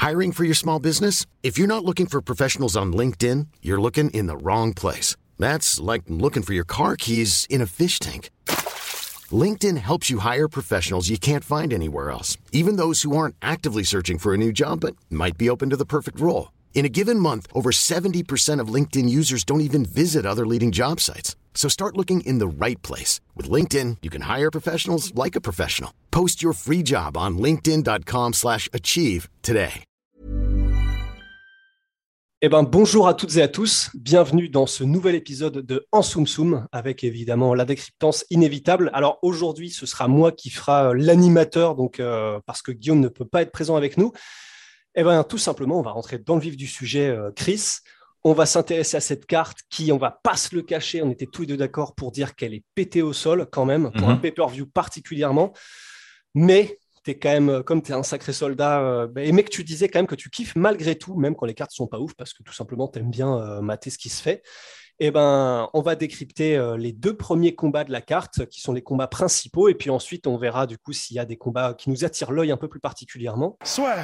Hiring for your small business? If you're not looking for professionals on LinkedIn, you're looking in the wrong place. That's like looking for your car keys in a fish tank. LinkedIn helps you hire professionals you can't find anywhere else, even those who aren't actively searching for a new job but might be open to the perfect role. In a given month, over 70% of LinkedIn users don't even visit other leading job sites. So start looking in the right place. With LinkedIn, you can hire professionals like a professional. Post your free job on linkedin.com/achieve today. Eh ben, bonjour à toutes et à tous. Bienvenue dans ce nouvel épisode de En Soum Soum avec évidemment la décryptance inévitable. Alors aujourd'hui, ce sera moi qui fera l'animateur parce que Guillaume ne peut pas être présent avec nous. Eh ben, tout simplement, on va rentrer dans le vif du sujet, Chris. On va s'intéresser à cette carte qui, on va pas se le cacher, on était tous les deux d'accord pour dire qu'elle est pétée au sol quand même, pour un pay-per-view particulièrement. Mais t'es quand même, comme tu es un sacré soldat, et mec, tu disais quand même que tu kiffes malgré tout, même quand les cartes sont pas ouf, parce que tout simplement, tu aimes bien mater ce qui se fait. Eh ben, on va décrypter les deux premiers combats de la carte, qui sont les combats principaux, et puis ensuite, on verra du coup s'il y a des combats qui nous attirent l'œil un peu plus particulièrement. Soit.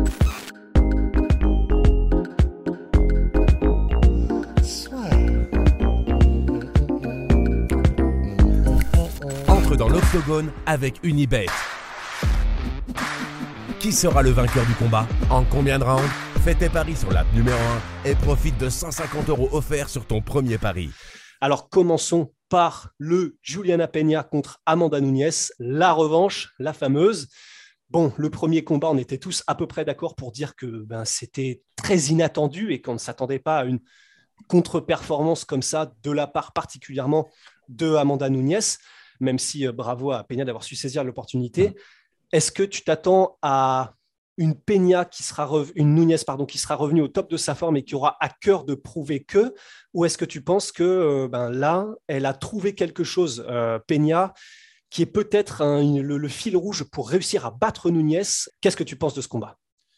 Entre dans l'octogone avec Unibet. Qui sera le vainqueur du combat? En combien de rounds? Fais tes paris sur l'app numéro 1 et profite de 150 € offerts sur ton premier pari. Alors commençons par le Juliana Peña contre Amanda Nunes, la revanche, la fameuse. Bon, le premier combat, on était tous à peu près d'accord pour dire que c'était très inattendu et qu'on ne s'attendait pas à une contre-performance comme ça de la part particulièrement de Amanda Nunes, même si bravo à Peña d'avoir su saisir l'opportunité. Est-ce que tu t'attends à une Peña une Nunes qui sera revenue au top de sa forme et qui aura à cœur de prouver que, ou est-ce que tu penses que là, elle a trouvé quelque chose, Peña, qui est peut-être le fil rouge pour réussir à battre Nunes? Qu'est-ce que tu penses de ce combat?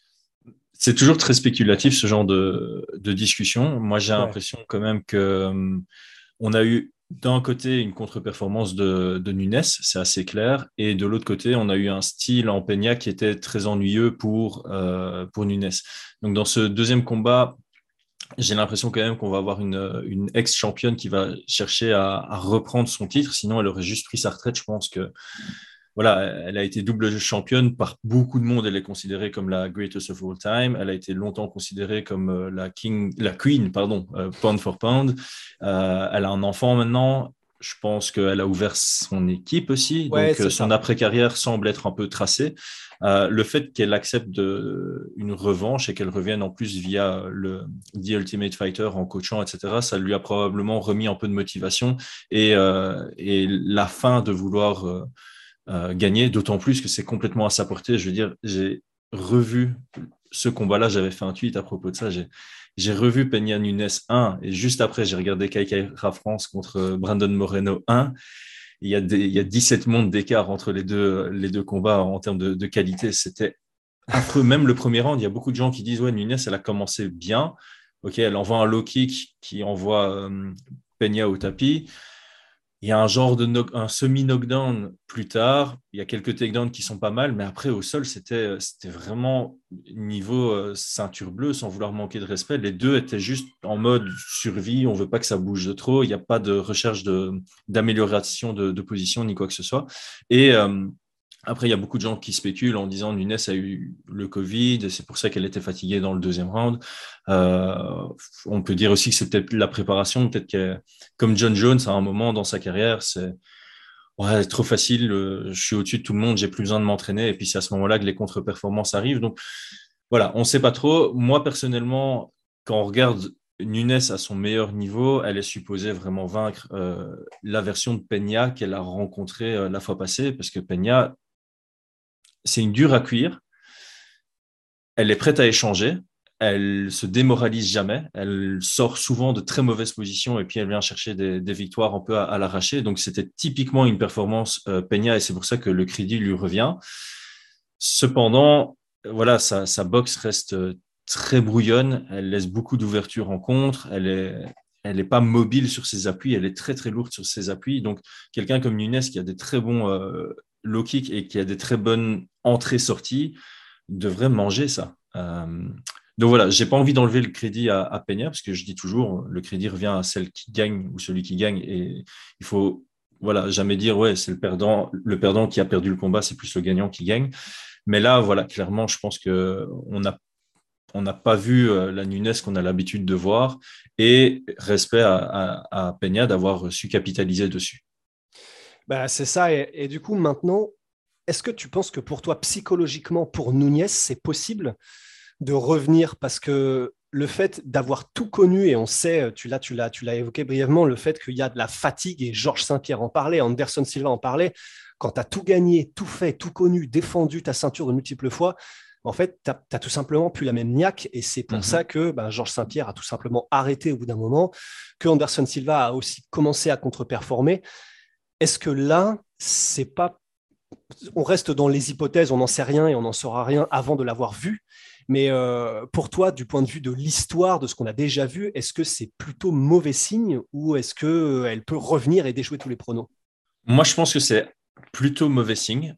C'est toujours très spéculatif ce genre de discussion. Moi, j'ai l'impression quand même que on a eu d'un côté une contre-performance de Nunes, c'est assez clair, et de l'autre côté, on a eu un style en Peña qui était très ennuyeux pour Nunes. Donc dans ce deuxième combat, j'ai l'impression quand même qu'on va avoir une ex-championne qui va chercher à reprendre son titre, sinon elle aurait juste pris sa retraite. Je pense que voilà, elle a été double championne par beaucoup de monde. Elle est considérée comme la greatest of all time. Elle a été longtemps considérée comme la queen, pound for pound. Elle a un enfant maintenant. Je pense qu'elle a ouvert son équipe aussi. Ouais, donc, son après-carrière semble être un peu tracée. Le fait qu'elle accepte une revanche et qu'elle revienne en plus via The Ultimate Fighter en coachant, etc., ça lui a probablement remis un peu de motivation et la fin de vouloir gagner, d'autant plus que c'est complètement à sa portée. Je veux dire, j'ai revu ce combat-là, j'avais fait un tweet à propos de ça, j'ai revu Peña Nunes 1 et juste après, j'ai regardé Kai Kara France contre Brandon Moreno 1. Il y a 17 mondes d'écart entre les deux combats en termes de qualité. C'était affreux. Même le premier round, il y a beaucoup de gens qui disent « Ouais, Nunes, elle a commencé bien. Ok, elle envoie un low kick qui envoie Peña au tapis. » Il y a un genre un semi-knockdown plus tard. Il y a quelques takedowns qui sont pas mal, mais après, au sol, c'était vraiment niveau ceinture bleue, sans vouloir manquer de respect. Les deux étaient juste en mode survie. On veut pas que ça bouge de trop. Il n'y a pas de recherche d'amélioration de position ni quoi que ce soit. Et après, il y a beaucoup de gens qui spéculent en disant Nunes a eu le Covid, et c'est pour ça qu'elle était fatiguée dans le deuxième round. On peut dire aussi que c'est peut-être la préparation, peut-être que comme John Jones à un moment dans sa carrière, c'est trop facile, je suis au-dessus de tout le monde, j'ai plus besoin de m'entraîner, et puis c'est à ce moment-là que les contre-performances arrivent. Donc voilà, on ne sait pas trop. Moi, personnellement, quand on regarde Nunes à son meilleur niveau, elle est supposée vraiment vaincre la version de Peña qu'elle a rencontrée la fois passée, parce que Peña, c'est une dure à cuire. Elle est prête à échanger. Elle se démoralise jamais. Elle sort souvent de très mauvaises positions et puis elle vient chercher des victoires un peu à l'arracher. Donc, c'était typiquement une performance Peña et c'est pour ça que le crédit lui revient. Cependant, voilà, sa boxe reste très brouillonne. Elle laisse beaucoup d'ouverture en contre. Elle est pas mobile sur ses appuis. Elle est très, très lourde sur ses appuis. Donc, quelqu'un comme Nunes qui a des très bons low kicks et qui a des très bonnes entrées-sorties devrait manger ça. Donc voilà, j'ai pas envie d'enlever le crédit à Peña, parce que je dis toujours, le crédit revient à celle qui gagne ou celui qui gagne, et il faut jamais dire ouais, c'est le perdant qui a perdu le combat, c'est plus le gagnant qui gagne. Mais là, voilà, clairement, je pense que on n'a pas vu la Nunes qu'on a l'habitude de voir, et respect à Peña d'avoir su capitaliser dessus. Bah, c'est ça. Et du coup, maintenant, est-ce que tu penses que pour toi, psychologiquement, pour Núñez, c'est possible de revenir? Parce que le fait d'avoir tout connu, et on sait, tu l'as évoqué brièvement, le fait qu'il y a de la fatigue, et Georges Saint-Pierre en parlait, Anderson Silva en parlait, quand tu as tout gagné, tout fait, tout connu, défendu ta ceinture de multiples fois, en fait, tu n'as tout simplement plus la même niaque, et c'est pour ça que Georges Saint-Pierre a tout simplement arrêté au bout d'un moment, que Anderson Silva a aussi commencé à contre-performer. Est-ce que là, c'est pas... On reste dans les hypothèses, on n'en sait rien et on n'en saura rien avant de l'avoir vu. Mais pour toi, du point de vue de l'histoire, de ce qu'on a déjà vu, est-ce que c'est plutôt mauvais signe ou est-ce qu'elle peut revenir et déjouer tous les pronos? Moi, je pense que c'est plutôt mauvais signe,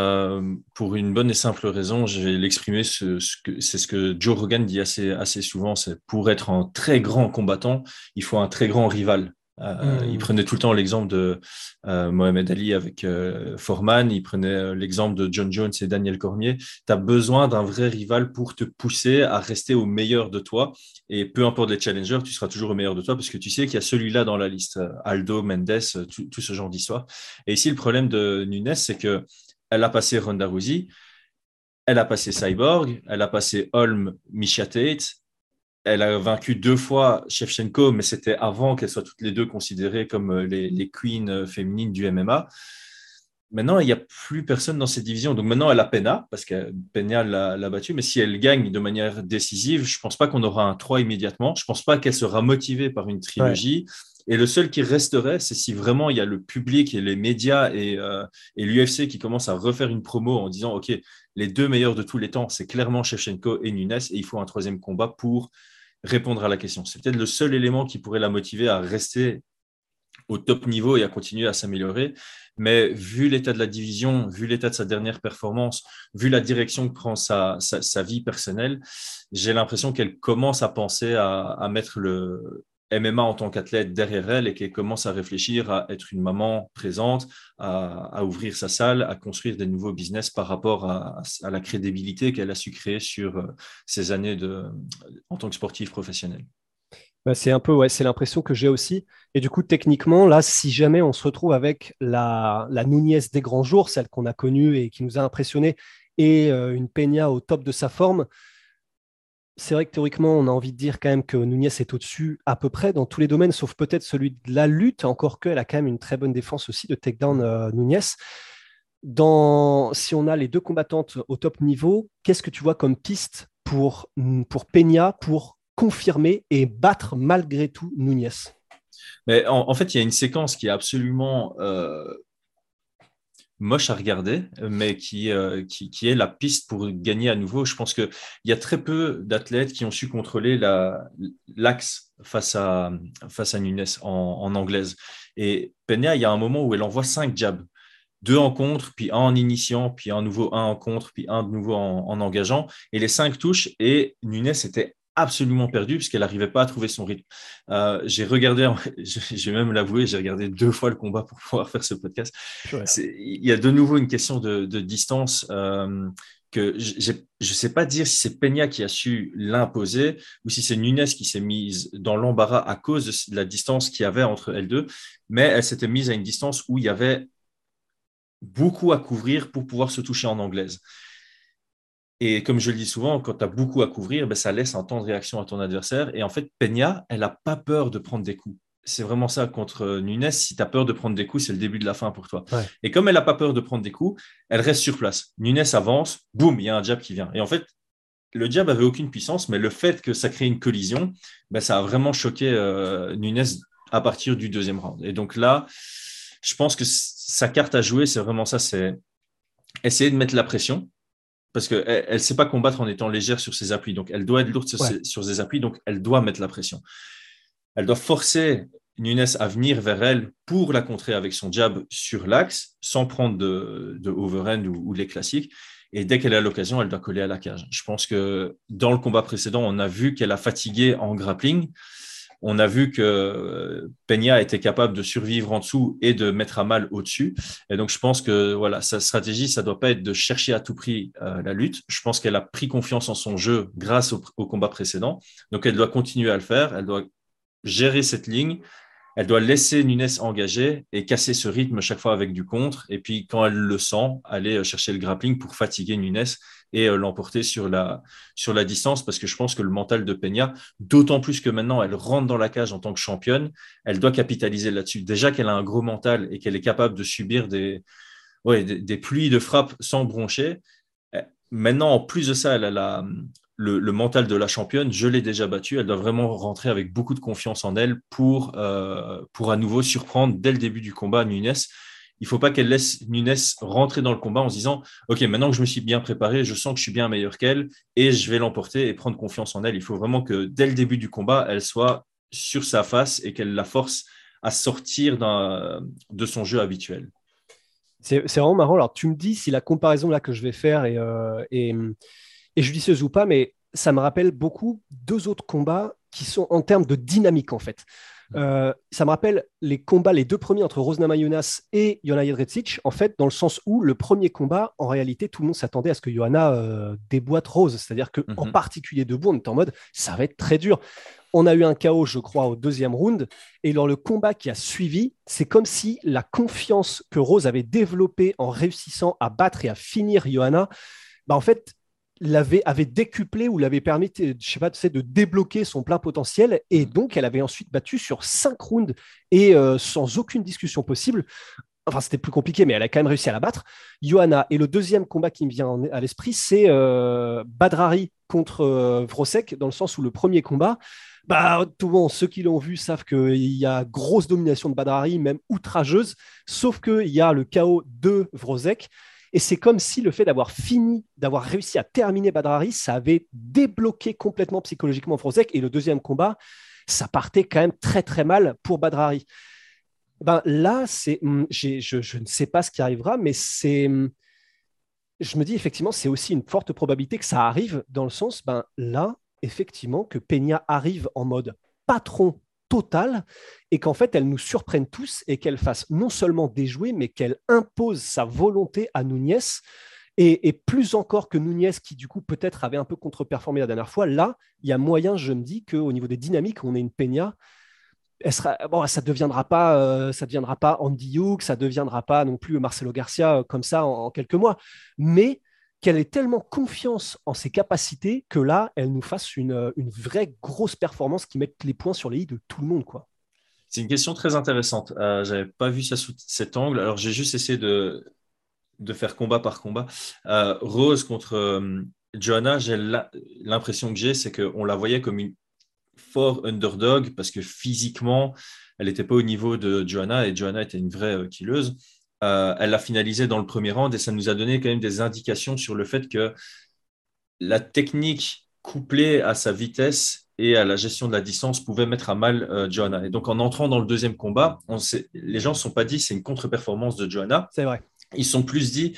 pour une bonne et simple raison. Je vais l'exprimer, c'est ce que Joe Rogan dit assez souvent, c'est pour être un très grand combattant, il faut un très grand rival. Il prenait tout le temps l'exemple de Mohamed Ali avec Foreman, il prenait l'exemple de John Jones et Daniel Cormier. Tu as besoin d'un vrai rival pour te pousser à rester au meilleur de toi, et peu importe les challengers, tu seras toujours au meilleur de toi parce que tu sais qu'il y a celui-là dans la liste, Aldo, Mendes, tout ce genre d'histoire. Et ici, le problème de Nunes, c'est qu'elle a passé Ronda Rousey, elle a passé Cyborg, elle a passé Holm, Miesha Tate. Elle a vaincu 2 fois Shevchenko, mais c'était avant qu'elles soient toutes les deux considérées comme les queens féminines du MMA. Maintenant, il n'y a plus personne dans cette division. Donc maintenant, elle a Pena, parce que Pena l'a battue. Mais si elle gagne de manière décisive, je ne pense pas qu'on aura un 3 immédiatement. Je ne pense pas qu'elle sera motivée par une trilogie. Ouais. Et le seul qui resterait, c'est si vraiment il y a le public et les médias et l'UFC qui commencent à refaire une promo en disant « Ok, les 2 meilleurs de tous les temps, c'est clairement Shevchenko et Nunes, et il faut un 3e combat pour répondre à la question. » C'est peut-être le seul élément qui pourrait la motiver à rester au top niveau et à continuer à s'améliorer. Mais vu l'état de la division, vu l'état de sa dernière performance, vu la direction que prend sa vie personnelle, j'ai l'impression qu'elle commence à penser à mettre le MMA en tant qu'athlète derrière elle, et qu'elle commence à réfléchir à être une maman présente, à ouvrir sa salle, à construire des nouveaux business par rapport à la crédibilité qu'elle a su créer sur ces années en tant que sportive professionnelle. Bah, c'est un peu, ouais, c'est l'impression que j'ai aussi. Et du coup, techniquement, là, si jamais on se retrouve avec la Núñez des grands jours, celle qu'on a connue et qui nous a impressionnés, et une Peña au top de sa forme, c'est vrai que théoriquement, on a envie de dire quand même que Núñez est au-dessus à peu près dans tous les domaines, sauf peut-être celui de la lutte, encore qu'elle a quand même une très bonne défense aussi de takedown Núñez. Si on a les 2 combattantes au top niveau, qu'est-ce que tu vois comme piste pour Peña, pour confirmer et battre malgré tout Núñez? Mais en fait, il y a une séquence qui est absolument moche à regarder, mais qui est la piste pour gagner à nouveau. Je pense qu'il y a très peu d'athlètes qui ont su contrôler l'axe face à Núñez en anglaise. Et Peña, il y a un moment où elle envoie 5 jabs. 2 en contre, puis 1 en initiant, puis un nouveau 1 en contre, puis 1 de nouveau en engageant. Et les 5 touches, et Núñez était absolument perdue puisqu'elle n'arrivait pas à trouver son rythme. J'ai regardé, je vais même l'avouer, j'ai regardé 2 fois le combat pour pouvoir faire ce podcast. Ouais. Il y a de nouveau une question de distance que je ne sais pas dire si c'est Peña qui a su l'imposer ou si c'est Núñez qui s'est mise dans l'embarras à cause de la distance qu'il y avait entre elles deux, mais elle s'était mise à une distance où il y avait beaucoup à couvrir pour pouvoir se toucher en anglaise. Et comme je le dis souvent, quand tu as beaucoup à couvrir, ben, ça laisse un temps de réaction à ton adversaire. Et en fait, Peña, elle n'a pas peur de prendre des coups. C'est vraiment ça contre Núñez. Si tu as peur de prendre des coups, c'est le début de la fin pour toi. Ouais. Et comme elle n'a pas peur de prendre des coups, elle reste sur place. Núñez avance, boum, il y a un jab qui vient. Et en fait, le jab n'avait aucune puissance, mais le fait que ça crée une collision, ben, ça a vraiment choqué Núñez à partir du 2e round. Et donc là, je pense que sa carte à jouer, c'est vraiment ça, c'est essayer de mettre la pression, parce qu'elle ne sait pas combattre en étant légère sur ses appuis. Donc, elle doit être lourde sur ses appuis, donc elle doit mettre la pression. Elle doit forcer Núñez à venir vers elle pour la contrer avec son jab sur l'axe, sans prendre de overhand ou les classiques. Et dès qu'elle a l'occasion, elle doit coller à la cage. Je pense que dans le combat précédent, on a vu qu'elle a fatigué en grappling. On a vu que Peña était capable de survivre en dessous et de mettre à mal au-dessus. Et donc, je pense que voilà, sa stratégie, ça ne doit pas être de chercher à tout prix la lutte. Je pense qu'elle a pris confiance en son jeu grâce au combat précédent. Donc, elle doit continuer à le faire. Elle doit gérer cette ligne. Elle doit laisser Nunes engager et casser ce rythme chaque fois avec du contre. Et puis, quand elle le sent, aller chercher le grappling pour fatiguer Nunes et l'emporter sur la distance. Parce que je pense que le mental de Peña, d'autant plus que maintenant, elle rentre dans la cage en tant que championne, elle doit capitaliser là-dessus. Déjà qu'elle a un gros mental et qu'elle est capable de subir des pluies de frappes sans broncher. Maintenant, en plus de ça, elle a le mental de la championne, je l'ai déjà battue. Elle doit vraiment rentrer avec beaucoup de confiance en elle pour à nouveau surprendre dès le début du combat Nunes. Il ne faut pas qu'elle laisse Nunes rentrer dans le combat en se disant « Ok, maintenant que je me suis bien préparé, je sens que je suis bien meilleur qu'elle et je vais l'emporter et prendre confiance en elle. » Il faut vraiment que dès le début du combat, elle soit sur sa face et qu'elle la force à sortir de son jeu habituel. C'est vraiment marrant. Alors, tu me dis si la comparaison là que je vais faire est judicieuse ou pas, mais ça me rappelle beaucoup deux autres combats qui sont en termes de dynamique, en fait. Ça me rappelle les combats, les deux premiers entre Rose Namajunas et Joanna Jędrzejczyk, en fait, dans le sens où le premier combat, en réalité, tout le monde s'attendait à ce que Joanna déboîte Rose. C'est-à-dire qu'en particulier debout, on était en mode, ça va être très dur. On a eu un KO, je crois, au deuxième round. Et dans le combat qui a suivi, c'est comme si la confiance que Rose avait développée en réussissant à battre et à finir Joanna, en fait, avait décuplé ou l'avait permis, je sais pas, de débloquer son plein potentiel. Et donc, elle avait ensuite battu sur 5 rounds et sans aucune discussion possible. Enfin, c'était plus compliqué, mais elle a quand même réussi à la battre. Joanna. Et le deuxième combat qui me vient à l'esprit, c'est Badrari contre Wrocek, dans le sens où le premier combat, tout le monde, ceux qui l'ont vu savent qu'il y a grosse domination de Badrari, même outrageuse, sauf qu'il y a le KO de Wrocek. Et c'est comme si le fait d'avoir réussi à terminer Badrari, ça avait débloqué complètement psychologiquement Wrocek. Et le deuxième combat, ça partait quand même très très mal pour Badrari. Là, je ne sais pas ce qui arrivera, mais je me dis effectivement, c'est aussi une forte probabilité que ça arrive dans le sens, là, effectivement, que Peña arrive en mode patron total et qu'en fait, elle nous surprenne tous et qu'elle fasse non seulement déjouer, mais qu'elle impose sa volonté à Nunes et plus encore que Nunes qui, du coup, peut-être avait un peu contre-performé la dernière fois. Là, il y a moyen, je me dis, qu'au niveau des dynamiques, on ait une Peña. Ça ne deviendra pas Andy Hughes, ça ne deviendra pas non plus Marcelo Garcia comme ça en quelques mois, mais qu'elle ait tellement confiance en ses capacités que là, elle nous fasse une vraie grosse performance qui mette les points sur les i de tout le monde, quoi. C'est une question très intéressante. Je n'avais pas vu ça sous cet angle. Alors, j'ai juste essayé de faire combat par combat. Rose contre Joanna, l'impression que j'ai, c'est qu'on la voyait comme une fort underdog parce que physiquement, elle n'était pas au niveau de Joanna et Joanna était une vraie killeuse. Elle l'a finalisé dans le premier round et ça nous a donné quand même des indications sur le fait que la technique couplée à sa vitesse et à la gestion de la distance pouvait mettre à mal Joanna. Et donc, en entrant dans le deuxième combat, les gens ne se sont pas dit c'est une contre-performance de Joanna. C'est vrai. Ils se sont plus dit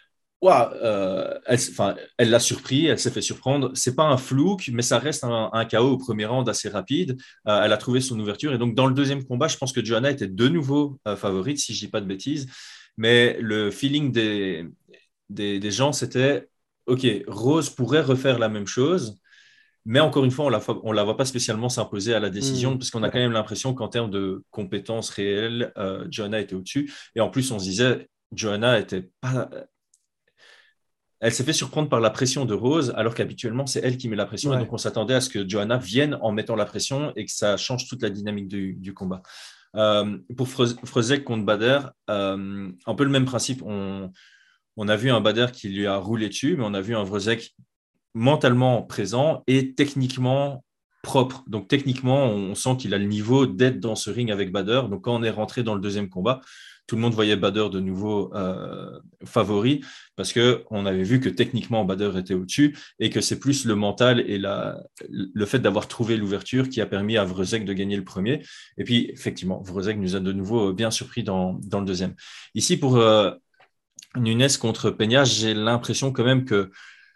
elle l'a surpris, elle s'est fait surprendre. C'est pas un flouk, mais ça reste un KO au premier round assez rapide. Elle a trouvé son ouverture. Et donc, dans le deuxième combat, je pense que Joanna était de nouveau favorite, si je dis pas de bêtises. Mais le feeling des gens, c'était OK, Rose pourrait refaire la même chose. Mais encore une fois, on la voit pas spécialement s'imposer à la décision parce qu'on a quand même l'impression qu'en termes de compétences réelles, Joanna était au-dessus. Et en plus, on se disait, Joanna était pas... Elle s'est fait surprendre par la pression de Rose, alors qu'habituellement, c'est elle qui met la pression. Ouais. Et donc, on s'attendait à ce que Joanna vienne en mettant la pression et que ça change toute la dynamique du combat. Pour Wrocek contre Bader, un peu le même principe. On a vu un Bader qui lui a roulé dessus, mais on a vu un Wrocek mentalement présent et techniquement propre. Donc, techniquement, on sent qu'il a le niveau d'être dans ce ring avec Bader. Donc, quand on est rentré dans le deuxième combat, tout le monde voyait Bader de nouveau favori parce qu'on avait vu que techniquement, Bader était au-dessus et que c'est plus le mental et le fait d'avoir trouvé l'ouverture qui a permis à Wrocek de gagner le premier. Et puis, effectivement, Wrocek nous a de nouveau bien surpris dans le deuxième. Ici, pour Nunes contre Peña, j'ai l'impression quand même que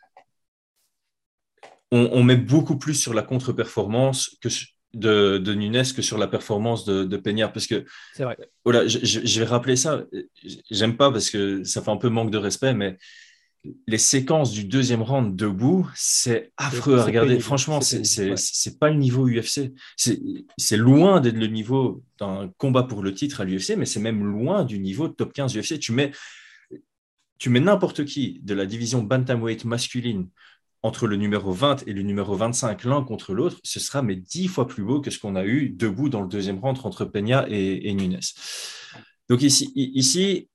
on met beaucoup plus sur la contre-performance de Nunes que sur la performance de Peña. Parce que, C'est vrai. voilà, je vais rappeler ça. J'aime pas parce que ça fait un peu manque de respect, mais les séquences du deuxième round debout, c'est affreux à regarder. Pénible, Franchement, c'est pénible, ouais. c'est pas le niveau UFC. C'est loin d'être le niveau d'un combat pour le titre à l'UFC, mais c'est même loin du niveau de top 15 UFC. Tu mets n'importe qui de la division bantamweight masculine entre le numéro 20 et le numéro 25 l'un contre l'autre, ce sera mais 10 fois plus beau que ce qu'on a eu debout dans le deuxième round entre Peña et Nunes. Donc ici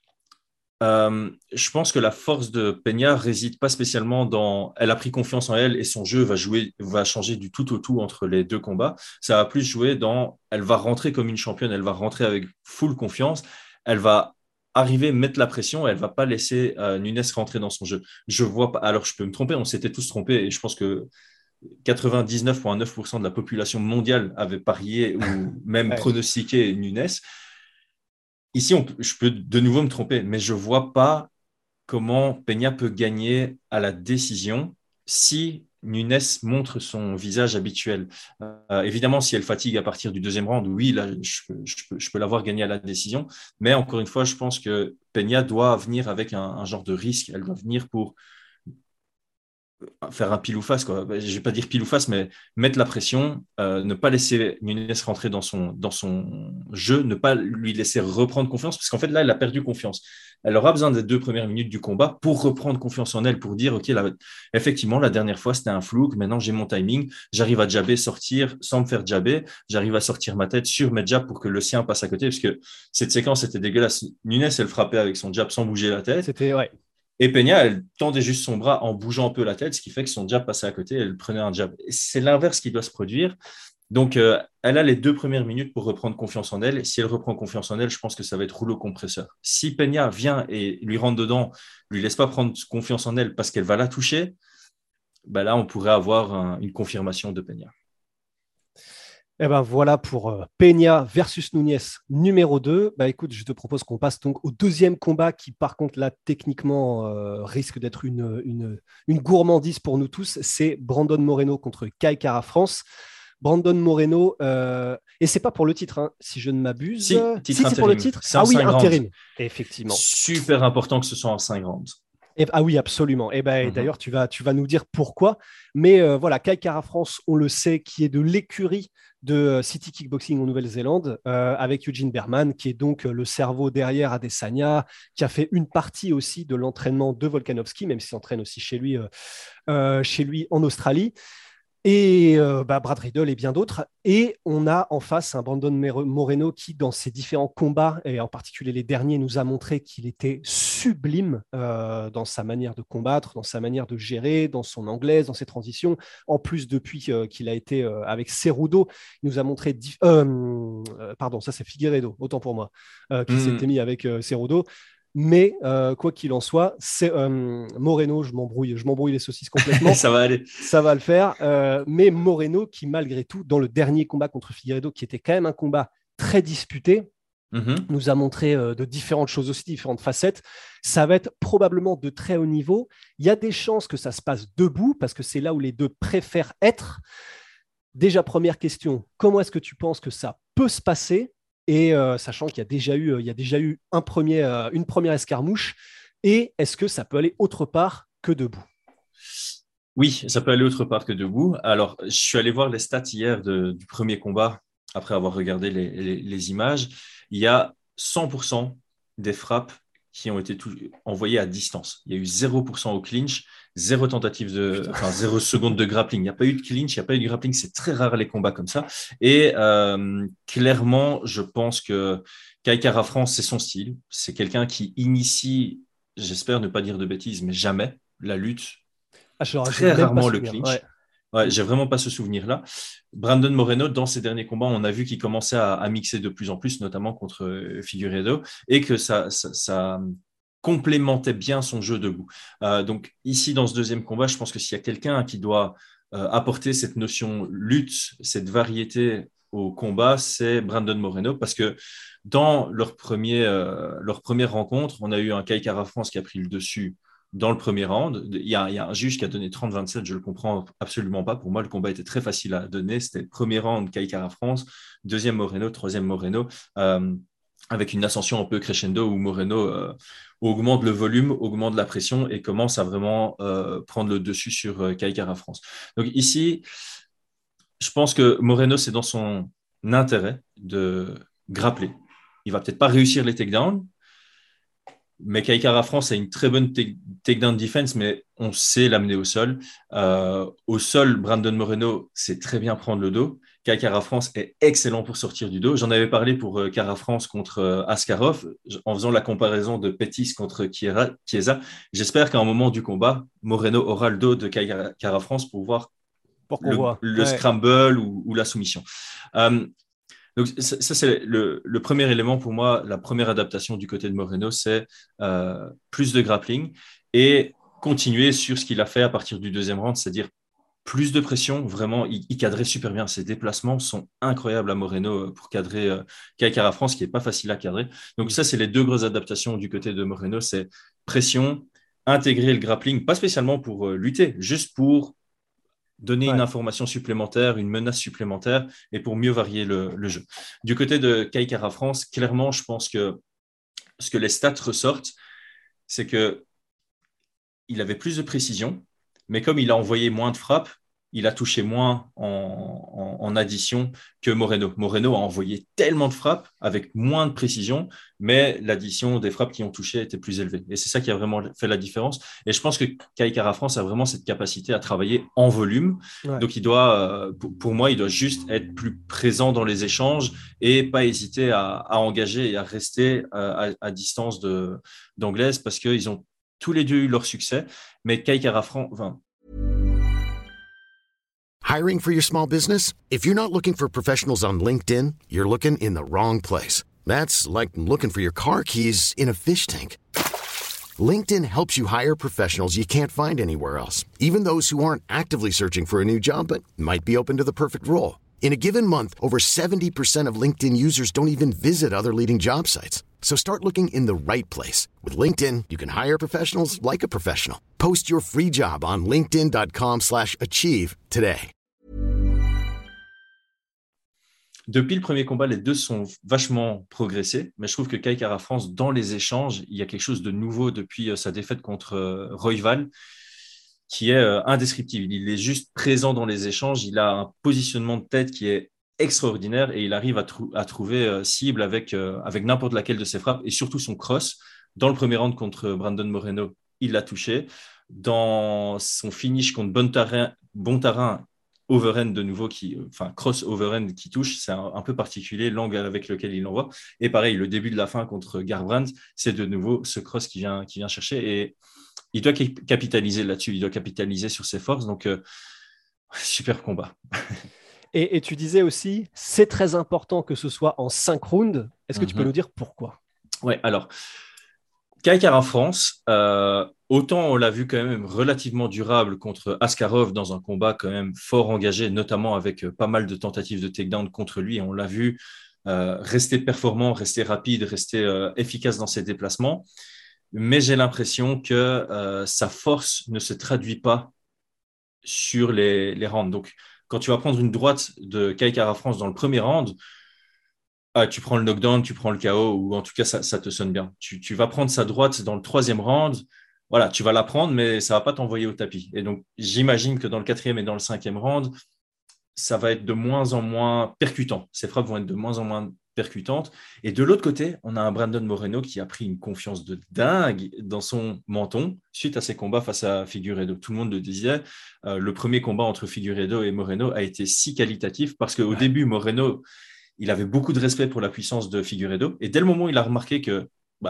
je pense que la force de Peña réside pas spécialement dans... Elle a pris confiance en elle et son jeu va changer du tout au tout entre les deux combats. Ça va plus jouer dans... Elle va rentrer comme une championne, elle va rentrer avec full confiance, elle va arriver, mettre la pression, et elle va pas laisser Nunes rentrer dans son jeu. Je vois pas... Alors, je peux me tromper, on s'était tous trompés et je pense que 99,9% de la population mondiale avait parié ou même pronostiqué Nunes. Ici, je peux de nouveau me tromper, mais je ne vois pas comment Peña peut gagner à la décision si Nunes montre son visage habituel. Évidemment, si elle fatigue à partir du deuxième round, oui, là, je peux l'avoir gagné à la décision. Mais encore une fois, je pense que Peña doit venir avec un genre de risque. Elle doit venir pour faire un pile ou face, quoi. Je ne vais pas dire pile ou face, mais mettre la pression, ne pas laisser Nunes rentrer dans son jeu, ne pas lui laisser reprendre confiance, parce qu'en fait, là, elle a perdu confiance. Elle aura besoin des 2 premières minutes du combat pour reprendre confiance en elle, pour dire, OK, là, effectivement, la dernière fois, c'était un flou, maintenant, j'ai mon timing, j'arrive à jabber, sortir sans me faire jabber, j'arrive à sortir ma tête sur mes jabs pour que le sien passe à côté, parce que cette séquence était dégueulasse. Nunes, elle frappait avec son jab sans bouger la tête. C'était, ouais. Et Peña, elle tendait juste son bras en bougeant un peu la tête, ce qui fait que son jab passait à côté, elle prenait un jab. C'est l'inverse qui doit se produire. Donc, elle a les 2 premières minutes pour reprendre confiance en elle. Si elle reprend confiance en elle, je pense que ça va être rouleau compresseur. Si Peña vient et lui rentre dedans, lui laisse pas prendre confiance en elle parce qu'elle va la toucher, ben là, on pourrait avoir une confirmation de Peña. Eh ben voilà pour Peña versus Núñez numéro 2. Bah, écoute, je te propose qu'on passe donc au deuxième combat qui, par contre, là, techniquement, risque d'être une gourmandise pour nous tous. C'est Brandon Moreno contre Kai Kara-France. Brandon Moreno, et c'est pas pour le titre, hein, si je ne m'abuse. Si, c'est pour le titre. Ah oui, intérim. Effectivement. Super important que ce soit en 5 rounds. Ah oui, absolument. Et d'ailleurs, tu vas nous dire pourquoi. Mais voilà, Kai Kara-France, on le sait, qui est de l'écurie de City Kickboxing en Nouvelle-Zélande, avec Eugene Berman, qui est donc le cerveau derrière Adesanya, qui a fait une partie aussi de l'entraînement de Volkanovski, même s'il s'entraîne aussi chez lui en Australie. Et Brad Riddle et bien d'autres. Et on a en face un Brandon Moreno qui, dans ses différents combats, et en particulier les derniers, nous a montré qu'il était sublime dans sa manière de combattre, dans sa manière de gérer, dans son anglaise, dans ses transitions. En plus, depuis qu'il a été avec Cerudo, il nous a montré... pardon, ça c'est Figueiredo, autant pour moi, qui s'était mis avec Cerudo. Mais quoi qu'il en soit, c'est Moreno, je m'embrouille les saucisses complètement. Ça va aller. Ça va le faire. Mais Moreno, qui malgré tout, dans le dernier combat contre Figueiredo, qui était quand même un combat très disputé, nous a montré de différentes choses aussi, différentes facettes. Ça va être probablement de très haut niveau. Il y a des chances que ça se passe debout, parce que c'est là où les deux préfèrent être. Déjà, première question, comment est-ce que tu penses que ça peut se passer ? Et sachant qu'il y a déjà eu une première escarmouche, et est-ce que ça peut aller autre part que debout ? Oui, ça peut aller autre part que debout. Alors, je suis allé voir les stats hier du premier combat, après avoir regardé les images. Il y a 100% des frappes qui ont été envoyées à distance. Il y a eu 0% au clinch, 0 secondes de grappling. Il n'y a pas eu de clinch, il n'y a pas eu de grappling. C'est très rare les combats comme ça. Et clairement, je pense que Kai Kara-France, c'est son style. C'est quelqu'un qui initie, j'espère ne pas dire de bêtises, mais jamais la lutte. Très rarement le clinch. Ouais, j'ai vraiment pas ce souvenir-là. Brandon Moreno, dans ses derniers combats, on a vu qu'il commençait à mixer de plus en plus, notamment contre Figueiredo, et que ça complémentait bien son jeu debout. Donc ici, dans ce deuxième combat, je pense que s'il y a quelqu'un qui doit apporter cette notion lutte, cette variété au combat, c'est Brandon Moreno, parce que dans leur première rencontre, on a eu un Kai Kara-France qui a pris le dessus dans le premier round. Il y a un juge qui a donné 30-27, je ne le comprends absolument pas. Pour moi, le combat était très facile à donner. C'était le premier round Kai Kara-France, deuxième Moreno, troisième Moreno, avec une ascension un peu crescendo où Moreno augmente le volume, augmente la pression et commence à vraiment prendre le dessus sur Kai Kara-France. Donc ici, je pense que Moreno, c'est dans son intérêt de grappler. Il ne va peut-être pas réussir les takedowns, mais Kai Kara-France a une très bonne takedown defense, mais on sait l'amener au sol. Au sol, Brandon Moreno sait très bien prendre le dos. Kai Kara-France est excellent pour sortir du dos. J'en avais parlé pour Kara-France contre Askarov, en faisant la comparaison de Pettis contre Chiesa. J'espère qu'à un moment du combat, Moreno aura le dos de Kai Kara-France pour voir le scramble ou la soumission. Donc, ça c'est le premier élément pour moi, la première adaptation du côté de Moreno, c'est plus de grappling et continuer sur ce qu'il a fait à partir du deuxième round, c'est-à-dire plus de pression. Vraiment, il cadrait super bien. Ses déplacements sont incroyables à Moreno pour cadrer Kai Kara-France, qui n'est pas facile à cadrer. Donc ça, c'est les deux grosses adaptations du côté de Moreno, c'est pression, intégrer le grappling, pas spécialement pour lutter, juste pour donner une information supplémentaire, une menace supplémentaire et pour mieux varier le jeu. Du côté de Kai Kara-France, clairement, je pense que ce que les stats ressortent, c'est qu'il avait plus de précision, mais comme il a envoyé moins de frappes, il a touché moins en addition que Moreno. Moreno a envoyé tellement de frappes avec moins de précision, mais l'addition des frappes qui ont touché était plus élevée. Et c'est ça qui a vraiment fait la différence. Et je pense que Kai Kara-France a vraiment cette capacité à travailler en volume. Ouais. Donc, il doit, pour moi, il doit juste être plus présent dans les échanges et pas hésiter à engager et à rester à distance d'Anglaise, parce qu'ils ont tous les deux eu leur succès. Mais Kai Kara-France... Hiring for your small business? If you're not looking for professionals on LinkedIn, you're looking in the wrong place. That's like looking for your car keys in a fish tank. LinkedIn helps you hire professionals you can't find anywhere else, even those who aren't actively searching for a new job but might be open to the perfect role. In a given month, over 70% of LinkedIn users don't even visit other leading job sites. So start looking in the right place. With LinkedIn, you can hire professionals like a professional. Post your free job on linkedin.com/achieve today. Depuis le premier combat, les deux sont vachement progressés, mais je trouve que Kai Kara-France, dans les échanges, il y a quelque chose de nouveau depuis sa défaite contre Royval, qui est indescriptible. Il est juste présent dans les échanges, il a un positionnement de tête qui est extraordinaire et il arrive à trouver cible avec n'importe laquelle de ses frappes et surtout son cross. Dans le premier round contre Brandon Moreno, il l'a touché. Dans son finish contre Bontarin, overhand de nouveau, cross overhand qui touche, c'est un peu particulier, l'angle avec lequel il l'envoie. Et pareil, le début de la fin contre Garbrandt, c'est de nouveau ce cross qui vient chercher et il doit capitaliser là-dessus, il doit capitaliser sur ses forces. Donc, super combat. Et tu disais aussi, c'est très important que ce soit en 5 rounds. Est-ce que tu peux nous dire pourquoi ? Ouais, alors, Kai Kara-France, autant on l'a vu quand même relativement durable contre Askarov dans un combat quand même fort engagé, notamment avec pas mal de tentatives de takedown contre lui. On l'a vu rester performant, rester rapide, rester efficace dans ses déplacements. Mais j'ai l'impression que sa force ne se traduit pas sur les rounds. Donc, quand tu vas prendre une droite de Kai Kara-France dans le premier round, tu prends le knockdown, tu prends le KO, ou en tout cas, ça te sonne bien. Tu vas prendre sa droite dans le troisième round, voilà, tu vas la prendre, mais ça ne va pas t'envoyer au tapis. Et donc, j'imagine que dans le quatrième et dans le cinquième round, ça va être de moins en moins percutant. Ses frappes vont être de moins en moins percutantes. Et de l'autre côté, on a un Brandon Moreno qui a pris une confiance de dingue dans son menton suite à ses combats face à Figueiredo. Tout le monde le disait, le premier combat entre Figueiredo et Moreno a été si qualitatif parce qu'au début, Moreno, il avait beaucoup de respect pour la puissance de Figueiredo. Et dès le moment où il a remarqué que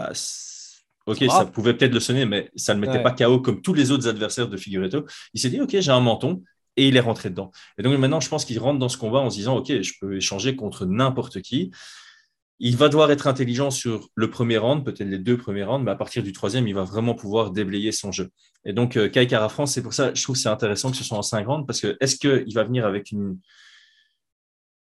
ça pouvait peut-être le sonner, mais ça ne mettait pas KO comme tous les autres adversaires de Figueiredo, il s'est dit, OK, j'ai un menton. Et il est rentré dedans. Et donc maintenant, je pense qu'il rentre dans ce combat en se disant, OK, je peux échanger contre n'importe qui. Il va devoir être intelligent sur le premier round, peut-être les 2 premiers rounds, mais à partir du troisième, il va vraiment pouvoir déblayer son jeu. Et donc, Kai Kara-France, c'est pour ça, je trouve que c'est intéressant que ce soit en 5 rounds, parce que est-ce qu'il va venir avec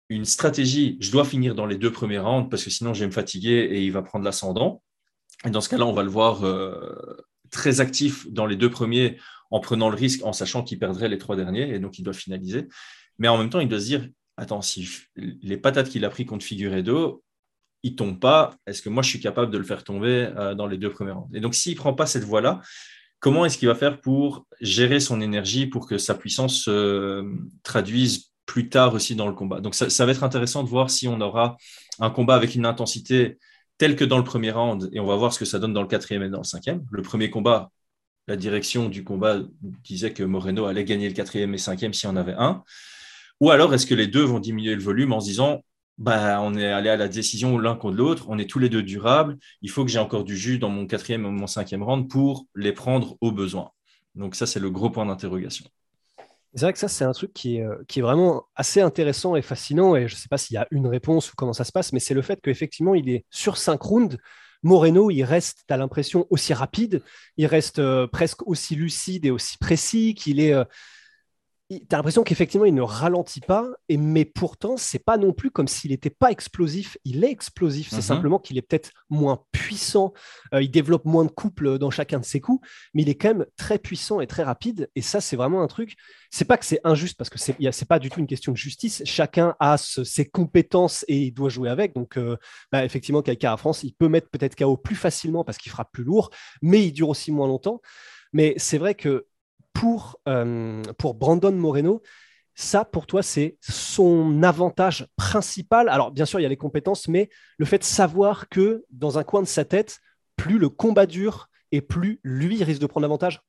une stratégie, je dois finir dans les 2 premiers rounds parce que sinon je vais me fatiguer et il va prendre l'ascendant. Et dans ce cas-là, on va le voir très actif dans les 2 premiers en prenant le risque, en sachant qu'il perdrait les 3 derniers et donc il doit finaliser. Mais en même temps, il doit se dire, attends, si les patates qu'il a pris contre Figueiredo, il ne tombe pas, est-ce que moi je suis capable de le faire tomber dans les 2 premiers rounds? Et donc s'il ne prend pas cette voie-là, comment est-ce qu'il va faire pour gérer son énergie pour que sa puissance se traduise plus tard aussi dans le combat? Donc, ça va être intéressant de voir si on aura un combat avec une intensité telle que dans le premier round, et on va voir ce que ça donne dans le 4e et dans le 5e. Le premier combat, la direction du combat disait que Moreno allait gagner le 4e et 5e s'il y en avait un. Ou alors, est-ce que les deux vont diminuer le volume en se disant on est allé à la décision l'un contre l'autre, on est tous les deux durables, il faut que j'ai encore du jus dans mon 4e ou mon 5e round pour les prendre au besoin. Donc ça, c'est le gros point d'interrogation. C'est vrai que ça, c'est un truc qui est vraiment assez intéressant et fascinant, et je ne sais pas s'il y a une réponse ou comment ça se passe, mais c'est le fait qu'effectivement, il est sur 5 rounds. Moreno, il reste, tu as l'impression, aussi rapide, il reste presque aussi lucide et aussi précis, qu'il est... tu as l'impression qu'effectivement, il ne ralentit pas, mais pourtant, c'est pas non plus comme s'il n'était pas explosif. Il est explosif, c'est simplement qu'il est peut-être moins puissant. Il développe moins de couples dans chacun de ses coups, mais il est quand même très puissant et très rapide. Et ça, c'est vraiment un truc. C'est pas que c'est injuste, parce que c'est pas du tout une question de justice. Chacun a ses compétences et il doit jouer avec. Donc, effectivement, Kai Kara-France, il peut mettre peut-être KO plus facilement parce qu'il frappe plus lourd, mais il dure aussi moins longtemps. Mais c'est vrai que pour Brandon Moreno, ça, pour toi, c'est son avantage principal. Alors, bien sûr, il y a les compétences, mais le fait de savoir que dans un coin de sa tête, plus le combat dure et plus lui risque de prendre l'avantage.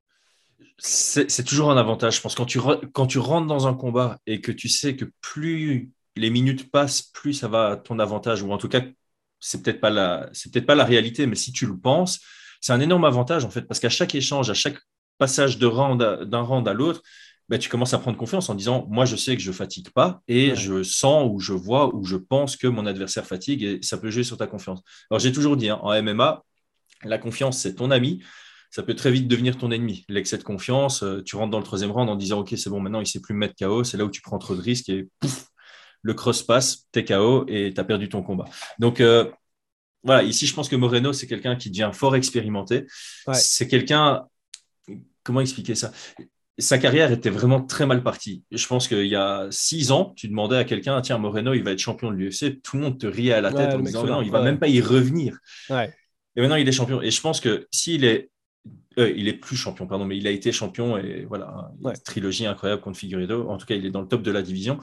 C'est toujours un avantage. Je pense quand tu rentres dans un combat et que tu sais que plus les minutes passent, plus ça va à ton avantage, ou en tout cas, c'est peut-être pas la réalité, mais si tu le penses, c'est un énorme avantage en fait, parce qu'à chaque échange, à chaque passage d'un round à l'autre, tu commences à prendre confiance en disant, moi, je sais que je ne fatigue pas et je sens ou je vois ou je pense que mon adversaire fatigue et ça peut jouer sur ta confiance. Alors, j'ai toujours dit, en MMA, la confiance, c'est ton ami. Ça peut très vite devenir ton ennemi. L'excès de confiance, tu rentres dans le 3e round en disant, OK, c'est bon, maintenant, il ne sait plus me mettre KO. C'est là où tu prends trop de risques et pouf, le cross passe, t'es KO et tu as perdu ton combat. Donc, voilà, ici, je pense que Moreno, c'est quelqu'un qui devient fort expérimenté. Ouais. C'est quelqu'un... Comment expliquer ça? Sa carrière était vraiment très mal partie. Je pense qu'il y a 6 ans, tu demandais à quelqu'un, tiens, Moreno, il va être champion de l'UFC. Tout le monde te riait à la tête en disant, non, il ne va même pas y revenir. Ouais. Et maintenant, il est champion. Et je pense que s'il est... il est plus champion, pardon, mais il a été champion et voilà, une trilogie incroyable contre Figueiredo. En tout cas, il est dans le top de la division.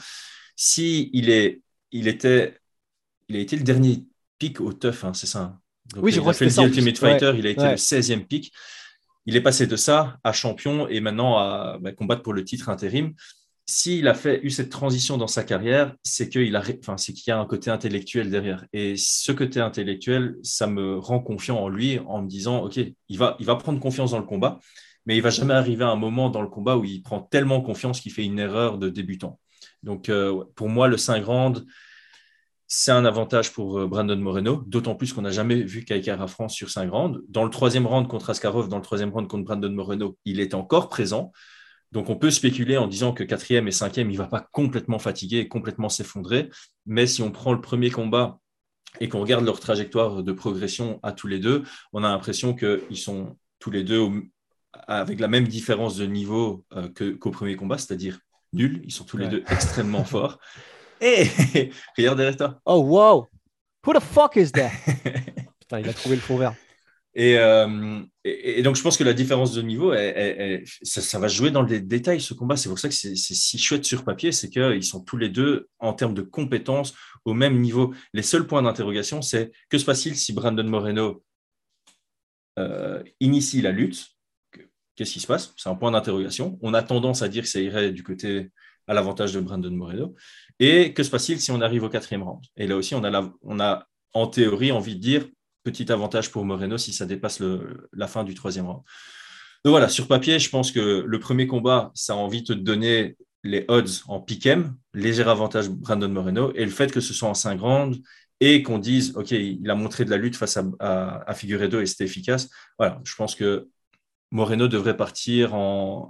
Il a été le dernier pick au TUF, c'est ça. Donc, oui, je crois que c'est The Ultimate Fighter, il a été le 16e pick. Il est passé de ça à champion et maintenant à combattre pour le titre intérim. S'il a eu cette transition dans sa carrière, c'est qu'il y a un côté intellectuel derrière. Et ce côté intellectuel, ça me rend confiant en lui en me disant, OK, il va prendre confiance dans le combat, mais il ne va jamais arriver à un moment dans le combat où il prend tellement confiance qu'il fait une erreur de débutant. Donc, pour moi, le 5 rounds, c'est un avantage pour Brandon Moreno, d'autant plus qu'on n'a jamais vu Kai Kara-France sur 5 rounds. Dans le 3e round contre Askarov, dans le 3e round contre Brandon Moreno, il est encore présent. Donc, on peut spéculer en disant que 4e et 5e, il ne va pas complètement fatiguer et complètement s'effondrer. Mais si on prend le premier combat et qu'on regarde leur trajectoire de progression à tous les deux, on a l'impression qu'ils sont tous les deux avec la même différence de niveau qu'au premier combat, c'est-à-dire nuls. Ils sont tous les deux extrêmement forts. Hey, regarde derrière toi. Oh, wow. Who the fuck is that? Putain, il a trouvé le fond vert. Et donc, je pense que la différence de niveau, ça va jouer dans les détails, ce combat. C'est pour ça que c'est si chouette sur papier, c'est qu'ils sont tous les deux, en termes de compétences, au même niveau. Les seuls points d'interrogation, c'est que se passe-t-il si Brandon Moreno initie la lutte? Qu'est-ce qui se passe? C'est un point d'interrogation. On a tendance à dire que ça irait du côté à l'avantage de Brandon Moreno. Et que se passe-t-il si on arrive au 4e round? Et là aussi, on a en théorie envie de dire petit avantage pour Moreno si ça dépasse la fin du 3e round. Donc voilà, sur papier, je pense que le premier combat, ça a envie de te donner les odds en pick-em, léger avantage Brandon Moreno, et le fait que ce soit en 5 rounds et qu'on dise, OK, il a montré de la lutte face à Figueiredo et c'était efficace. Voilà, je pense que Moreno devrait partir en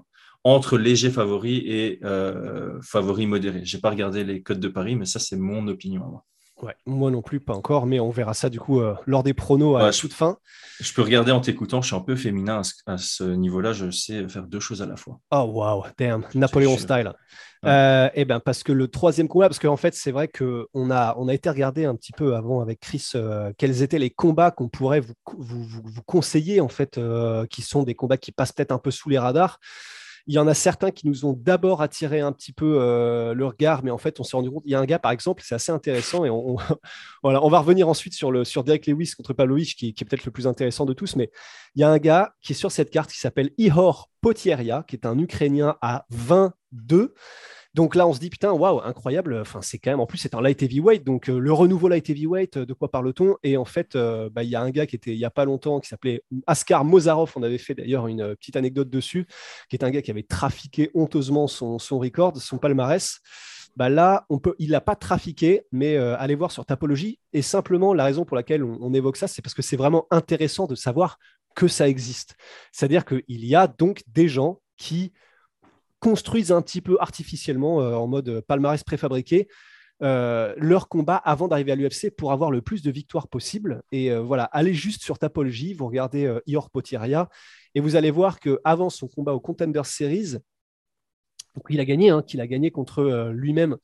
entre léger favori et favori modéré. Je n'ai pas regardé les cotes de Paris, mais ça, c'est mon opinion à moi. Ouais, moi non plus, pas encore, mais on verra ça du coup lors des pronos à toute fin. Je peux regarder en t'écoutant, je suis un peu féminin à ce niveau-là, je sais faire deux choses à la fois. Oh wow, damn, Napoléon style. Ouais. Et ben parce que le troisième combat, parce qu'en fait c'est vrai qu'on a été regarder un petit peu avant avec Chris quels étaient les combats qu'on pourrait vous conseiller en fait, qui sont des combats qui passent peut-être un peu sous les radars. Il y en a certains qui nous ont d'abord attiré un petit peu le regard, mais en fait, on s'est rendu compte. Il y a un gars, par exemple, c'est assez intéressant, et voilà, on va revenir ensuite sur Derek Lewis contre Pavlovich, qui est peut-être le plus intéressant de tous, mais il y a un gars qui est sur cette carte qui s'appelle Ihor Potieria, qui est un Ukrainien à 22. Donc là, on se dit, putain, waouh, incroyable. Enfin, c'est quand même, en plus, c'est un light heavyweight. Donc, le renouveau light heavyweight, de quoi parle-t-on? Et en fait, il y a un gars qui était il n'y a pas longtemps, qui s'appelait Askar Mozarov. On avait fait d'ailleurs une petite anecdote dessus, qui est un gars qui avait trafiqué honteusement son record, son palmarès. Là, il l'a pas trafiqué, mais allez voir sur Tapologie. Et simplement, la raison pour laquelle on évoque ça, c'est parce que c'est vraiment intéressant de savoir que ça existe. C'est-à-dire qu'il y a donc des gens qui construisent un petit peu artificiellement, en mode palmarès préfabriqué, leur combat avant d'arriver à l'UFC pour avoir le plus de victoires possible. Et voilà, allez juste sur Tapology, vous regardez Ihor Potieria, et vous allez voir qu'avant son combat au Contender Series, donc il a gagné, qu'il a gagné contre lui-même,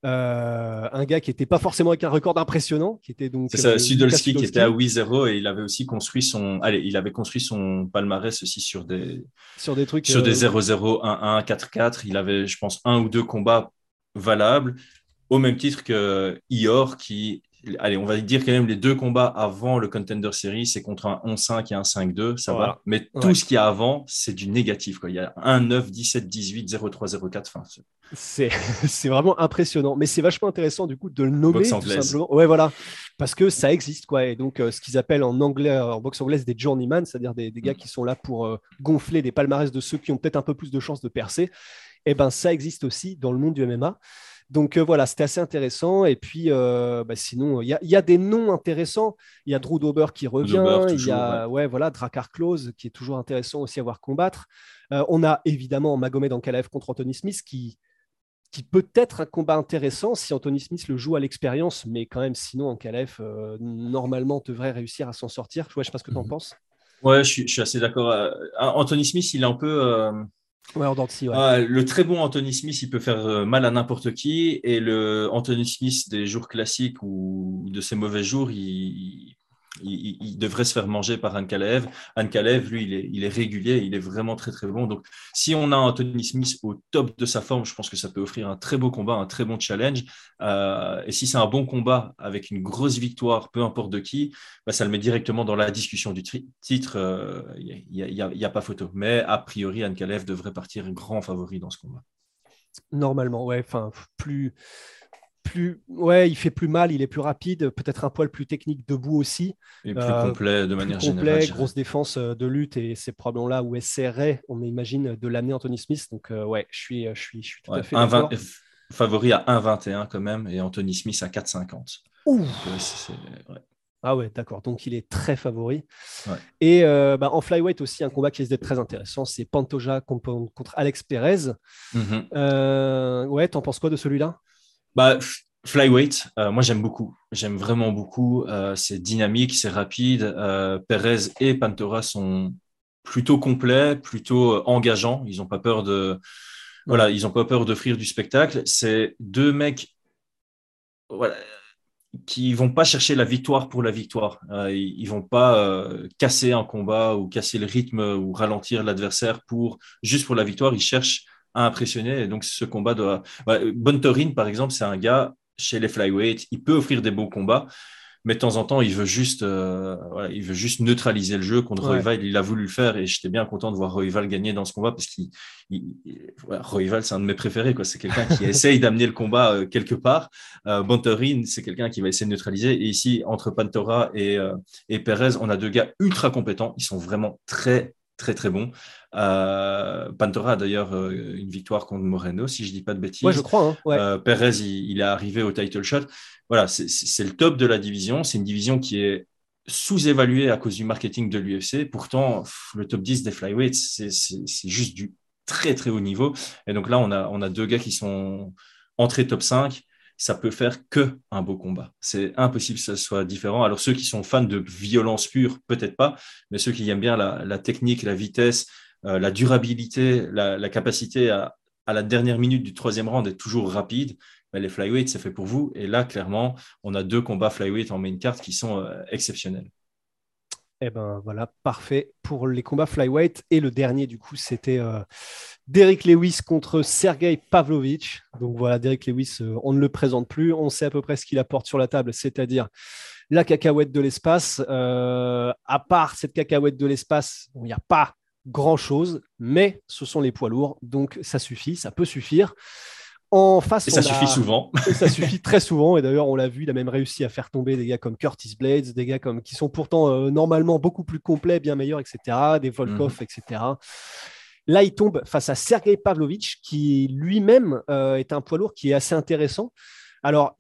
un gars qui n'était pas forcément avec un record impressionnant, qui était donc c'est ça, Sudolski qui était à 8-0 et il avait aussi construit son palmarès aussi sur des trucs, sur des 0-0, 1-1, 4-4. Il avait, je pense, un ou deux combats valables, au même titre que Ihor qui, allez, on va dire quand même les deux combats avant le Contender Series, c'est contre un 11-5 et un 5-2, ça voilà. va. Mais tout ce qu'il y a avant, c'est du négatif, quoi. Il y a 1-9, 17, 18, 0-3, 0-4. Enfin, c'est vraiment impressionnant, mais c'est vachement intéressant du coup de le nommer boxe tout anglaise. simplement. Ouais, voilà, parce que ça existe quoi. Et donc ce qu'ils appellent en anglais, en boxe anglaise, des journeyman, c'est-à-dire des gars qui sont là pour gonfler des palmarès de ceux qui ont peut-être un peu plus de chances de percer. Et ben ça existe aussi dans le monde du MMA. Donc voilà, c'était assez intéressant. Et puis sinon, il y a des noms intéressants. Il y a Drew Dober qui revient. Il y a Drakkar Klose qui est toujours intéressant aussi à voir combattre. On a évidemment Magomed Ankalaev contre Anthony Smith qui peut être un combat intéressant si Anthony Smith le joue à l'expérience, mais quand même, sinon, Ankalaev, normalement, devrait réussir à s'en sortir. Je ne sais pas ce que tu en penses. Ouais, je suis assez d'accord. Anthony Smith, il est un peu... Ouais, en dents de scie, ouais. Le très bon Anthony Smith, il peut faire mal à n'importe qui. Et le Anthony Smith des jours classiques ou de ses mauvais jours, il devrait se faire manger par Ankalaev. Ankalaev, lui, il est régulier, il est vraiment très, très bon. Donc, si on a Anthony Smith au top de sa forme, je pense que ça peut offrir un très beau combat, un très bon challenge. Et si c'est un bon combat avec une grosse victoire, peu importe de qui, ça le met directement dans la discussion du titre. Il n'y a pas photo. Mais a priori, Ankalaev devrait partir grand favori dans ce combat. Normalement, ouais. Enfin, ouais, il fait plus mal, il est plus rapide, peut-être un poil plus technique debout aussi. Et plus complet de manière générale. Grosse défense de lutte, et c'est probablement là où essaierait, on imagine, de l'amener Anthony Smith. Donc ouais, je suis tout à fait d'accord. Favori à 1,21 quand même, et Anthony Smith à 4,50. Ouh. Ah ouais, d'accord. Donc il est très favori. Ouais. Et en flyweight aussi, un combat qui risque d'être très intéressant, c'est Pantoja contre Alex Perez. Ouais, t'en penses quoi de celui-là? Flyweight, moi j'aime beaucoup. J'aime vraiment beaucoup. C'est dynamique, c'est rapide. Perez et Pantoja sont plutôt complets, plutôt engageants. Ils n'ont pas peur ils n'ont pas peur d'offrir du spectacle. C'est deux mecs, qui vont pas chercher la victoire pour la victoire. Ils vont pas casser un combat ou casser le rythme ou ralentir l'adversaire juste pour la victoire. Ils cherchent à impressionner. Et donc, ce combat doit... Bontorin, par exemple, c'est un gars chez les flyweight. Il peut offrir des beaux combats, mais de temps en temps, il veut juste neutraliser le jeu. Contre Royval, il a voulu le faire, et j'étais bien content de voir Royval gagner dans ce combat, parce que Royval, c'est un de mes préférés, quoi. C'est quelqu'un qui essaye d'amener le combat quelque part. Bontorin, c'est quelqu'un qui va essayer de neutraliser. Et ici, entre Pantoja et Perez, on a deux gars ultra compétents. Ils sont vraiment très, très, très bons. Pantoja a d'ailleurs une victoire contre Moreno, si je ne dis pas de bêtises. Ouais, je crois. Perez, il est arrivé au title shot. Voilà, c'est le top de la division. C'est une division qui est sous-évaluée à cause du marketing de l'UFC. Pourtant, le top 10 des flyweights, c'est juste du très, très haut niveau. Et donc là, on a deux gars qui sont entrés top 5. Ça peut faire que un beau combat. C'est impossible que ça soit différent. Alors, ceux qui sont fans de violence pure, peut-être pas, mais ceux qui aiment bien la technique, la vitesse, la durabilité, la capacité à la dernière minute du troisième round d'être toujours rapide, ben, les flyweights, c'est fait pour vous. Et là, clairement, on a 2 combats flyweight en main card qui sont exceptionnels. Eh ben voilà, parfait pour les combats flyweight. Et le dernier, du coup, c'était Derrick Lewis contre Sergey Pavlovich. Donc voilà, Derrick Lewis, on ne le présente plus. On sait à peu près ce qu'il apporte sur la table, c'est-à-dire la cacahuète de l'espace. À part cette cacahuète de l'espace, il n'y a pas grand-chose, mais ce sont les poids lourds. Donc ça suffit, ça peut suffire. En face, et ça suffit souvent. Et ça suffit très souvent. Et d'ailleurs, on l'a vu, il a même réussi à faire tomber des gars comme Curtis Blades, des gars qui sont pourtant normalement beaucoup plus complets, bien meilleurs, etc. Des Volkov, etc. Là, il tombe face à Sergey Pavlovich, qui lui-même est un poids lourd qui est assez intéressant. Alors,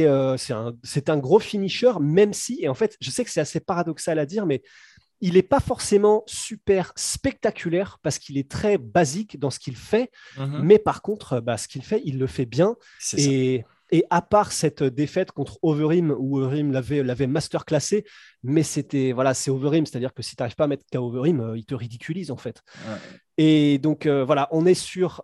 c'est un gros finisher, même si, et en fait, je sais que c'est assez paradoxal à dire, mais il n'est pas forcément super spectaculaire parce qu'il est très basique dans ce qu'il fait, mais par contre, ce qu'il fait, il le fait bien. Et à part cette défaite contre Overeem, où Overeem l'avait masterclassé, mais c'est Overeem, c'est-à-dire que si tu n'arrives pas à mettre KO Overeem, il te ridiculise en fait. Ouais. Et donc voilà, on est sur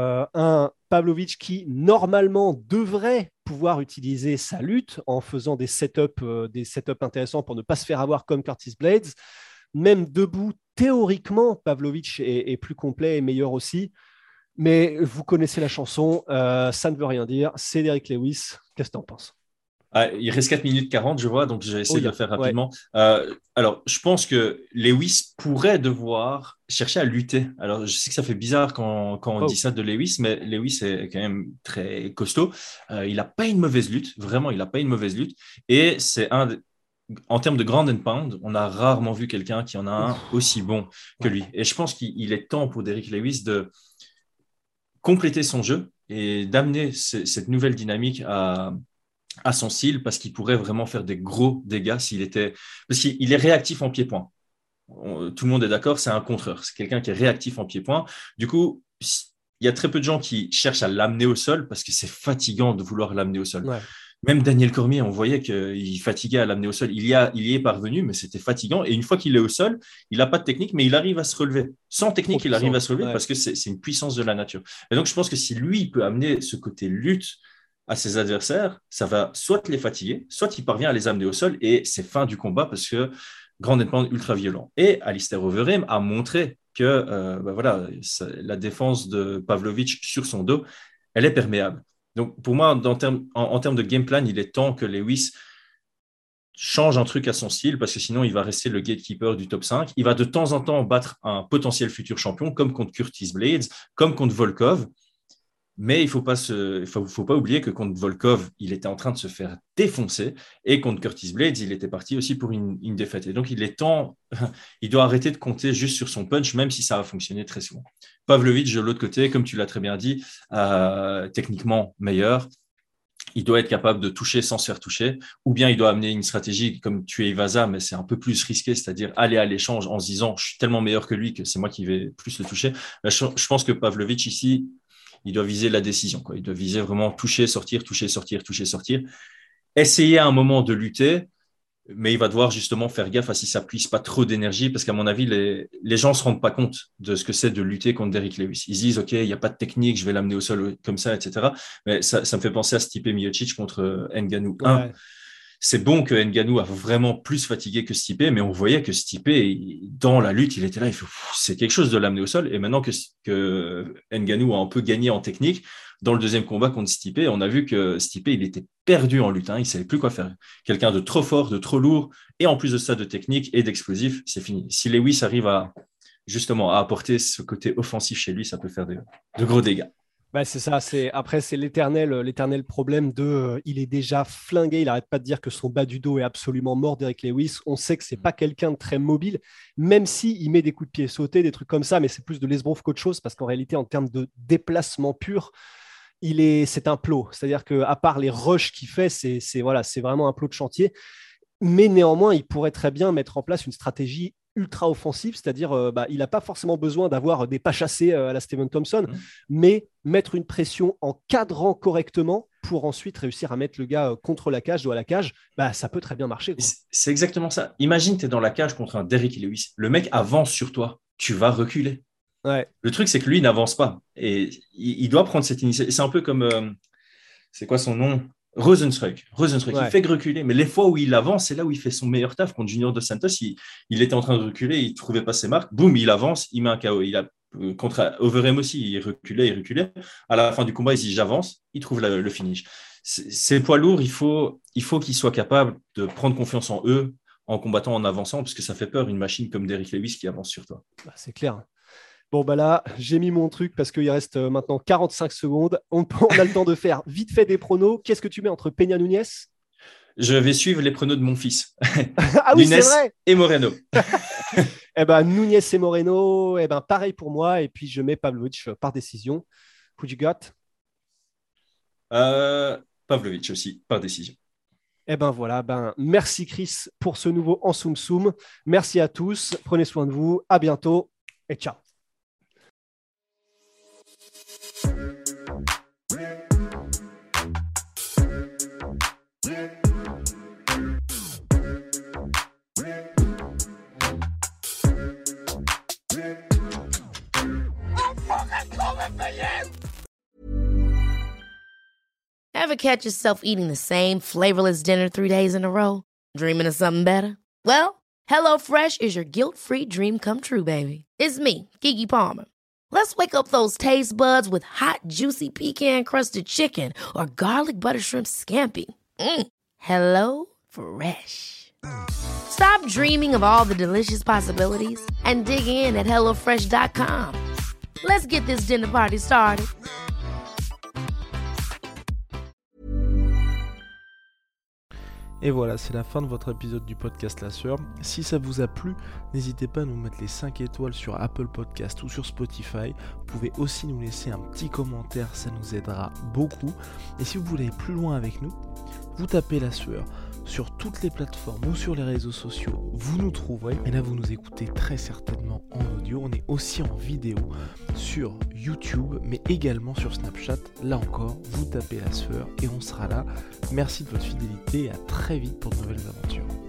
un Pavlovich qui normalement devrait pouvoir utiliser sa lutte en faisant des setups intéressants pour ne pas se faire avoir comme Curtis Blades. Même debout, théoriquement, Pavlovich est plus complet et meilleur aussi. Mais vous connaissez la chanson, ça ne veut rien dire. C'est Derrick Lewis. Qu'est-ce que tu en penses? Il reste 4 minutes 40, je vois, donc je vais essayer de le faire rapidement. Ouais. Alors, je pense que Lewis pourrait devoir chercher à lutter. Alors, je sais que ça fait bizarre quand on dit ça de Lewis, mais Lewis est quand même très costaud. Il n'a pas une mauvaise lutte, vraiment, il n'a pas une mauvaise lutte. Et c'est en termes de ground and pound, on a rarement vu quelqu'un qui en a un aussi bon que lui. Et je pense qu'il est temps pour Derrick Lewis de compléter son jeu et d'amener cette nouvelle dynamique à son style, parce qu'il pourrait vraiment faire des gros dégâts parce qu'il est réactif en pied-point. Tout le monde est d'accord, c'est un contreur. C'est quelqu'un qui est réactif en pied-point. Du coup, il y a très peu de gens qui cherchent à l'amener au sol parce que c'est fatigant de vouloir l'amener au sol. Ouais. Même Daniel Cormier, on voyait qu'il fatiguait à l'amener au sol. Il y est parvenu, mais c'était fatigant. Et une fois qu'il est au sol, il n'a pas de technique, mais il arrive à se relever. Sans technique, il arrive à se relever parce que c'est une puissance de la nature. Et donc, je pense que si lui peut amener ce côté lutte à ses adversaires, ça va soit les fatiguer, soit il parvient à les amener au sol et c'est fin du combat parce que grand pound ultra violent. Et Alistair Overeem a montré que la défense de Pavlovich sur son dos, elle est perméable. Donc pour moi, en termes de game plan, il est temps que Lewis change un truc à son style parce que sinon il va rester le gatekeeper du top 5. Il va de temps en temps battre un potentiel futur champion comme contre Curtis Blades, comme contre Volkov. Mais il ne faut pas oublier que contre Volkov, il était en train de se faire défoncer. Et contre Curtis Blades, il était parti aussi pour une défaite. Et donc, il est temps, il doit arrêter de compter juste sur son punch, même si ça a fonctionné très souvent. Pavlovich, de l'autre côté, comme tu l'as très bien dit, techniquement meilleur. Il doit être capable de toucher sans se faire toucher. Ou bien il doit amener une stratégie comme tuer Iwasa, mais c'est un peu plus risqué, c'est-à-dire aller à l'échange en se disant « je suis tellement meilleur que lui que c'est moi qui vais plus le toucher ». Je pense que Pavlovich, ici, il doit viser la décision, quoi. Il doit viser vraiment toucher, sortir, toucher, sortir, toucher, sortir. Essayer à un moment de lutter, mais il va devoir justement faire gaffe à si ça puise pas trop d'énergie, parce qu'à mon avis, les gens se rendent pas compte de ce que c'est de lutter contre Derrick Lewis. Ils se disent, OK, il n'y a pas de technique, je vais l'amener au sol comme ça, etc. Mais ça me fait penser à Stipe Miocic contre Ngannou 1. Ouais. C'est bon que Ngannou a vraiment plus fatigué que Stipe, mais on voyait que Stipe, dans la lutte, il était là, il fait, c'est quelque chose de l'amener au sol. Et maintenant que Ngannou a un peu gagné en technique, dans le deuxième combat contre Stipe, on a vu que Stipe, il était perdu en lutte. Il ne savait plus quoi faire. Quelqu'un de trop fort, de trop lourd, et en plus de ça, de technique et d'explosif, c'est fini. Si Lewis arrive à apporter ce côté offensif chez lui, ça peut faire de gros dégâts. Bah, c'est ça, après c'est l'éternel problème il est déjà flingué, il n'arrête pas de dire que son bas du dos est absolument mort, Derrick Lewis. On sait que c'est pas quelqu'un de très mobile, même s'il met des coups de pied sautés, des trucs comme ça, mais c'est plus de l'esbrouf qu'autre chose, parce qu'en réalité, en termes de déplacement pur, c'est un plot. C'est-à-dire qu'à part les rushs qu'il fait, c'est vraiment un plot de chantier. Mais néanmoins, il pourrait très bien mettre en place une stratégie ultra offensif, c'est-à-dire il n'a pas forcément besoin d'avoir des pas chassés à la Stephen Thompson, mais mettre une pression en cadrant correctement pour ensuite réussir à mettre le gars contre la cage ou à la cage, ça peut très bien marcher, quoi. C'est exactement ça. Imagine, tu es dans la cage contre un Derrick Lewis. Le mec avance sur toi, tu vas reculer. Ouais. Le truc, c'est que lui, il n'avance pas. Et il doit prendre cette initiative. C'est un peu comme, c'est quoi son nom ? Rosenstruck, Ouais. il fait que reculer, mais les fois où il avance, c'est là où il fait son meilleur taf. Contre Junior Dos Santos, il était en train de reculer, il ne trouvait pas ses marques, boum, il avance, il met un KO. Contre Overeem aussi, il reculait. À la fin du combat, il dit j'avance, il trouve le finish. Ces poids lourds, il faut qu'ils soient capables de prendre confiance en eux en combattant, en avançant, parce que ça fait peur, une machine comme Derrick Lewis qui avance sur toi. C'est clair. Bon, là, j'ai mis mon truc parce qu'il reste maintenant 45 secondes. On a le temps de faire vite fait des pronos. Qu'est-ce que tu mets entre Peña Nunes ? Je vais suivre les pronos de mon fils. Ah oui, Nunes c'est vrai. Et Moreno. Nunes et Moreno, pareil pour moi. Et puis, je mets Pavlovich par décision. Who you got ? Pavlovich aussi, par décision. Voilà, merci Chris pour ce nouveau En Soum Soum. Merci à tous. Prenez soin de vous. À bientôt et ciao. Ever catch yourself eating the same flavorless dinner 3 days in a row? Dreaming of something better? Well, HelloFresh is your guilt-free dream come true, baby. It's me, Keke Palmer. Let's wake up those taste buds with hot, juicy pecan-crusted chicken or garlic butter shrimp scampi. Hello Fresh. Stop dreaming of all the delicious possibilities and dig in at HelloFresh.com. Let's get this dinner party started. Et voilà, c'est la fin de votre épisode du podcast La Sueur. Si ça vous a plu, n'hésitez pas à nous mettre les 5 étoiles sur Apple Podcast ou sur Spotify. Vous pouvez aussi nous laisser un petit commentaire, ça nous aidera beaucoup. Et si vous voulez aller plus loin avec nous, vous tapez La Sueur sur toutes les plateformes ou sur les réseaux sociaux, vous nous trouverez. Et là, vous nous écoutez très certainement en audio. On est aussi en vidéo sur YouTube, mais également sur Snapchat. Là encore, vous tapez La Sueur et on sera là. Merci de votre fidélité et à très vite pour de nouvelles aventures.